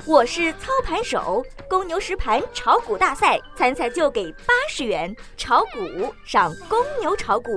我是操盘手，公牛实盘炒股大赛参赛就给80元，炒股上公牛炒股。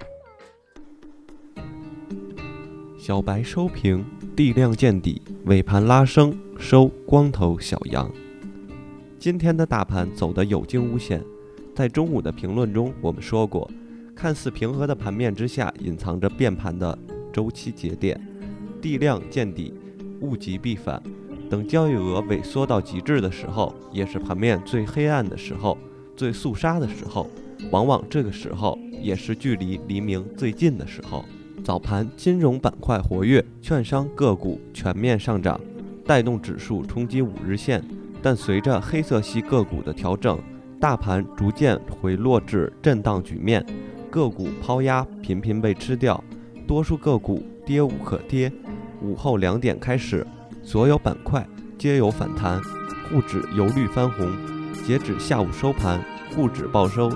小白收评，地量见底，尾盘拉升，收光头小阳。今天的大盘走得有惊无险，在中午的评论中我们说过，看似平和的盘面之下隐藏着变盘的周期节点，地量见底，物极必反。等交易额萎缩到极致的时候，也是盘面最黑暗的时候，最肃杀的时候，往往这个时候也是距离黎明最近的时候。早盘金融板块活跃，券商个股全面上涨，带动指数冲击5日线，但随着黑色系个股的调整，大盘逐渐回落至震荡局面，个股抛压频频被吃掉，多数个股跌无可跌。午后2点开始，所有板块皆有反弹，沪指由绿翻红，截止下午收盘，沪指报收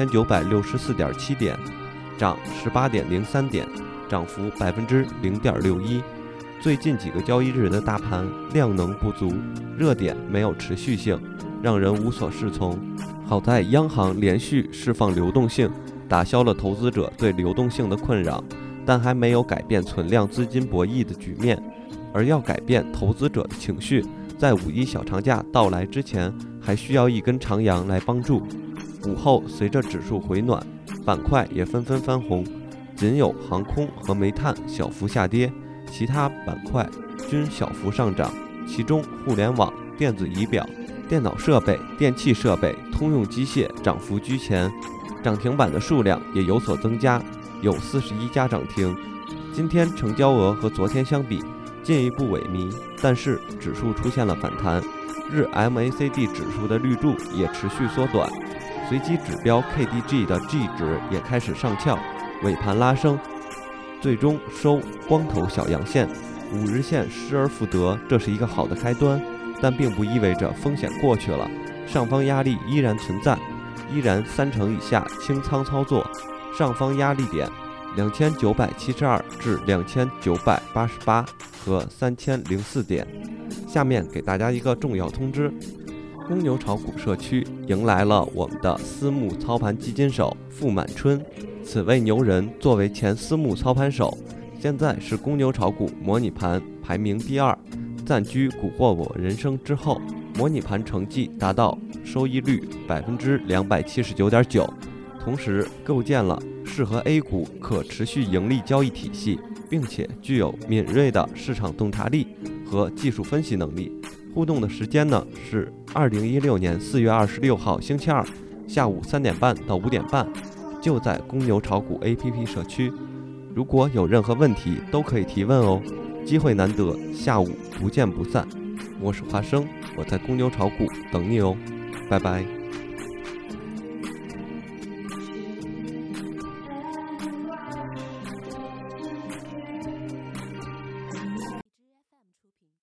2964.7点，涨18.03点，涨幅0.61%。最近几个交易日的大盘量能不足，热点没有持续性，让人无所适从。好在央行连续释放流动性，打消了投资者对流动性的困扰，但还没有改变存量资金博弈的局面。而要改变投资者的情绪，在5·1小长假到来之前，还需要一根长阳来帮助。午后随着指数回暖，板块也纷纷翻红，仅有航空和煤炭小幅下跌，其他板块均小幅上涨。其中互联网、电子仪表、电脑设备、电气设备、通用机械涨幅居前，涨停板的数量也有所增加，有41家涨停。今天成交额和昨天相比进一步萎靡，但是指数出现了反弹，日 MACD 指数的绿柱也持续缩短，随机指标 KDJ 的 G 值也开始上翘，尾盘拉升，最终收光头小阳线，5日线失而复得，这是一个好的开端，但并不意味着风险过去了，上方压力依然存在，依然30%以下清仓操作，上方压力点2972至2988和3004点。下面给大家一个重要通知，公牛炒股社区迎来了我们的私募操盘基金手傅满春，此位牛人作为前私募操盘手，现在是公牛炒股模拟盘排名第2，暂居蛊惑我人生之后，模拟盘成绩达到收益率279.9%，同时构建了适合 A 股可持续盈利交易体系，并且具有敏锐的市场洞察力和技术分析能力。互动的时间呢是2016年4月26号星期二下午3点半到5点半，就在公牛炒股 APP 社区。如果有任何问题都可以提问哦，机会难得，下午不见不散。我是华生，我在公牛炒股等你哦，拜拜。